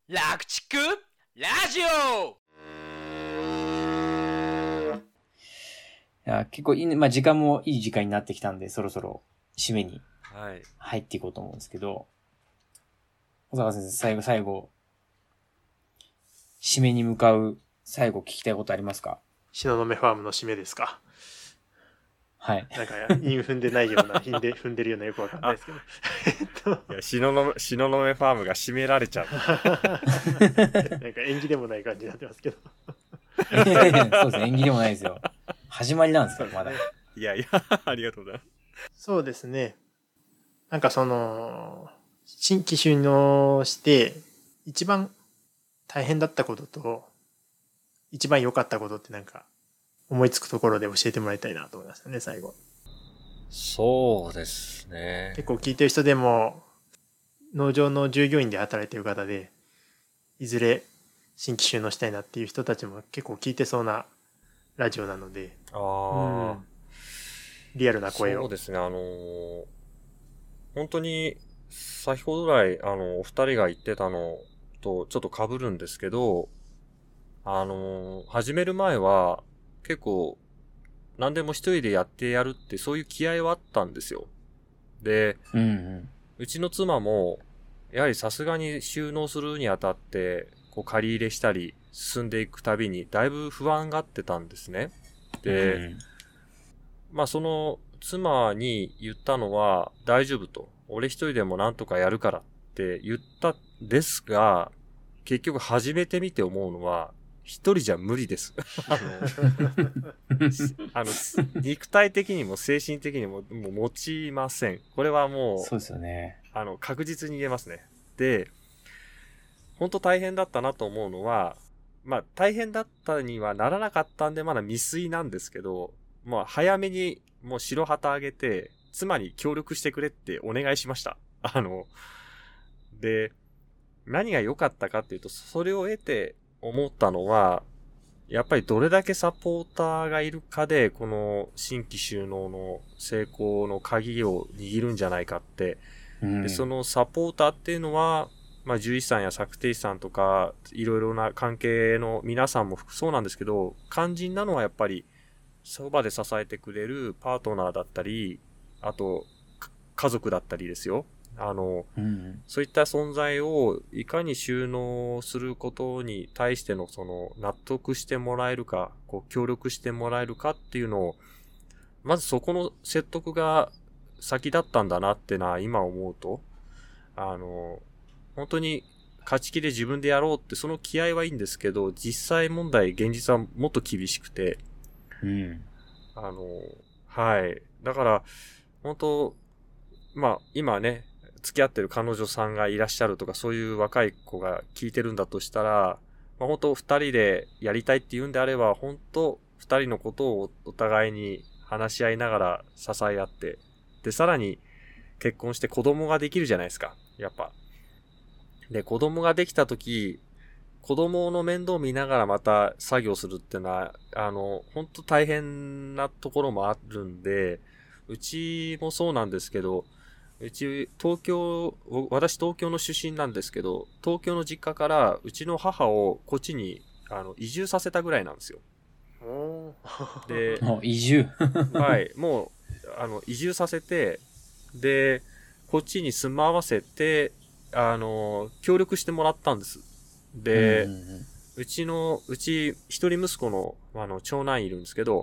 楽畜ラジオ。 いや結構時間もいい時間になってきたんで、そろそろ締めに入っていこうと思うんですけど、小坂先生、最後、締めに向かう最後聞きたいことありますか？ 東雲ファームの締めですか？ はい。 なんか、韻踏んでないような、踏んでるようなよくわかんないですけど。 いや、東雲ファームが締められちゃう。 なんか縁起でもない感じになってますけど。 そうですね、縁起でもないですよ。始まりなんですから、まだ。 いや、ありがとうございます。 そうですね。なんか新規収納して、一番大変だったことと、一番良かったことってなんか、思いつくところで教えてもらいたいなと思いましたね、最後。 そうですね。 結構聞いてる人でも、農場の従業員で働いてる方で、いずれ新規収納したいなっていう人たちも結構聞いてそうなラジオなので、リアルな声を。 そうですね、本当に、先ほど来、お二人が言ってたのとちょっと被るんですけど、始める前は、結構、何でも一人でやってやるって、そういう気合はあったんですよ。で、うちの妻も、やはりさすがに収納するにあたって、こう借り入れしたり、進んでいくたびに、だいぶ不安がってたんですね。で、その、妻に言ったのは、大丈夫と。俺一人でもなんとかやるからって言ったんですが、結局始めてみて思うのは、一人じゃ無理です。肉体的にも精神的にも、もう持ちません。これはもう、 そうですよね。 確実に言えますね。で、本当大変だったなと思うのは、大変だったにはならなかったんでまだ未遂なんですけど、早めにもう白旗あげて、妻に協力してくれってお願いしました。で、何が良かったかっていうと、それを得て思ったのは、やっぱりどれだけサポーターがいるかで、この新規収納の成功の鍵を握るんじゃないかって。で、そのサポーターっていうのは、獣医師さんや作庭師さんとか、いろいろな関係の皆さんもそうなんですけど、肝心なのはやっぱり、そばで支えてくれるパートナーだったり、あと、家族だったりですよ。そういった存在をいかに収納することに対しての納得してもらえるか、協力してもらえるかっていうのを、まずそこの説得が先だったんだなってのは今思うと、本当に勝ち気で自分でやろうってその気合はいいんですけど、実際問題現実はもっと厳しくて、はい。だから、本当今ね、付き合ってる彼女さんがいらっしゃるとか、そういう若い子が聞いてるんだとしたら、本当二人でやりたいって言うんであれば、本当二人のことをお互いに話し合いながら支え合って、で、さらに結婚して子供ができるじゃないですか、やっぱ。で、子供ができたとき、子供の面倒を見ながらまた作業するっていうのは、本当大変なところもあるんで、うちもそうなんですけど、私東京の出身なんですけど、東京の実家からうちの母をこっちに移住させたぐらいなんですよ。 で、移住はい、もう移住させて、で、こっちに住まわせて、協力してもらったんです。で、うち一人息子の長男いるんですけど、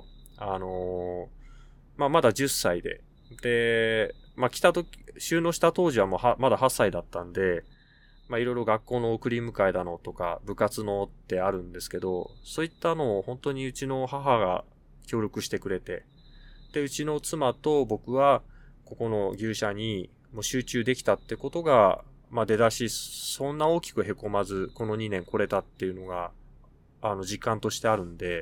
まだ10歳で、で、収納した当時はもうまだ8歳だったんで、いろいろ学校の送り迎えだのとか、部活のってあるんですけど、そういったのを本当にうちの母が協力してくれて、で、うちの妻と僕は、ここの牛舎にもう集中できたってことが、出だし、そんな大きく凹まず、この2年来れたっていうのが、実感としてあるんで、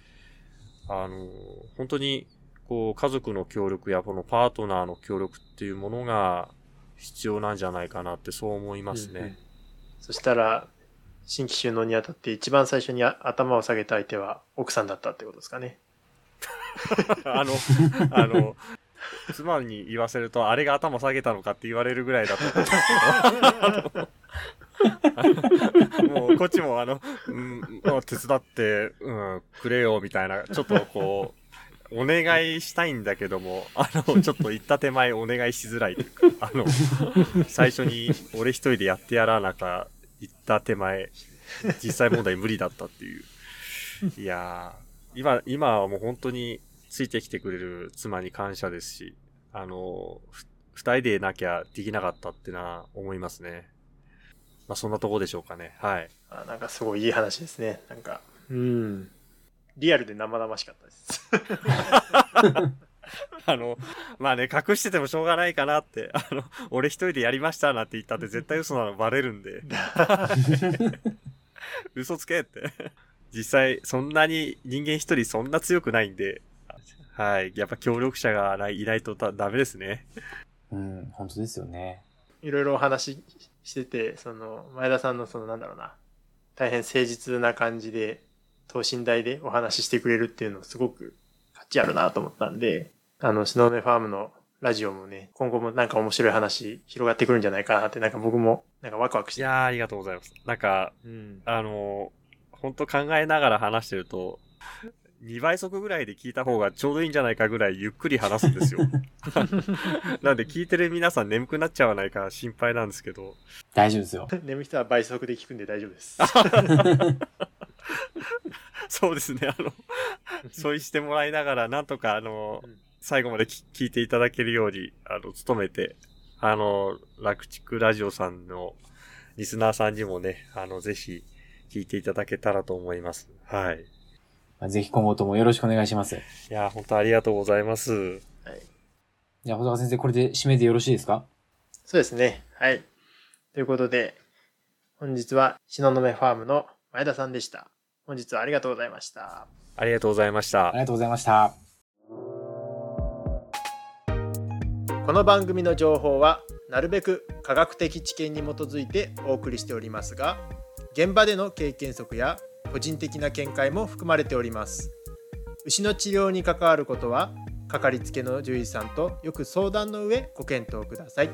本当に、家族の協力やこのパートナーの協力っていうものが必要なんじゃないかなってそう思いますね。 そしたら、新規収納にあたって一番最初に頭を下げた相手は奥さんだったってことですかね。 妻に言わせると、あれが頭下げたのかって言われるぐらいだともうこっちも手伝って、くれよみたいな、ちょっとこう、お願いしたいんだけども、ちょっと言った手前お願いしづらいというか、最初に俺一人でやってやらなか言った手前、実際問題無理だったっていう。いやー、今はもう本当についてきてくれる妻に感謝ですし、二人でなきゃできなかったって思いますね。まあそんなとこでしょうかね。はい。 なんかすごいいい話ですね。なんか、リアルで生々しかったです。 まあね、隠しててもしょうがないかなって、俺一人でやりましたなんて言ったって絶対嘘なのバレるんで。嘘つけって。実際、そんなに人間一人そんな強くないんで、はい。やっぱ協力者がいないとダメですね。 本当ですよね。 いろいろお話ししてて、前田さんの大変誠実な感じで、等身大でお話ししてくれるっていうのすごく価値あるなと思ったんで、東雲ファームのラジオもね、今後もなんか面白い話広がってくるんじゃないかなって、なんか僕もなんかワクワクして。 いやー、ありがとうございます。なんか、本当考えながら話してると、2倍速ぐらいで聞いた方がちょうどいいんじゃないかぐらいゆっくり話すんですよ。なんで聞いてる皆さん眠くなっちゃわないか心配なんですけど。 大丈夫ですよ。 眠い人は倍速で聞くんで大丈夫です。 そうですね。そうしてもらいながら、なんとか最後まで聞いていただけるように、努めて、楽畜ラジオさんのリスナーさんにもね、ぜひ聞いていただけたらと思います。はい。 ぜひ今後ともよろしくお願いします。 いや、本当ありがとうございます。はい。 じゃあ、保坂先生、これで締めでよろしいですか？ そうですね。はい。ということで、本日は東雲ファームの前田さんでした。本日はありがとうございました。 ありがとうございました。 ありがとうございました。 この番組の情報はなるべく科学的知見に基づいてお送りしておりますが、現場での経験則や個人的な見解も含まれております。牛の治療に関わることはかかりつけの獣医さんとよく相談の上ご検討ください。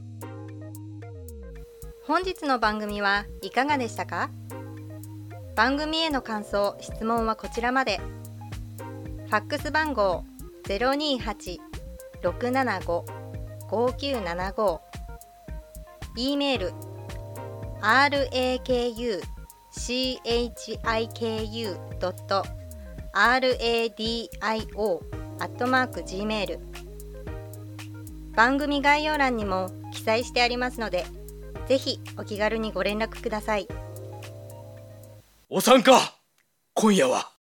本日の番組はいかがでしたか？番組への感想・質問はこちらまで。ファックス番号 028-675-5975、 E メール rakuchiku.radio@gmail、 番組概要欄にも記載してありますので、ぜひお気軽にご連絡ください。 お参加、今夜は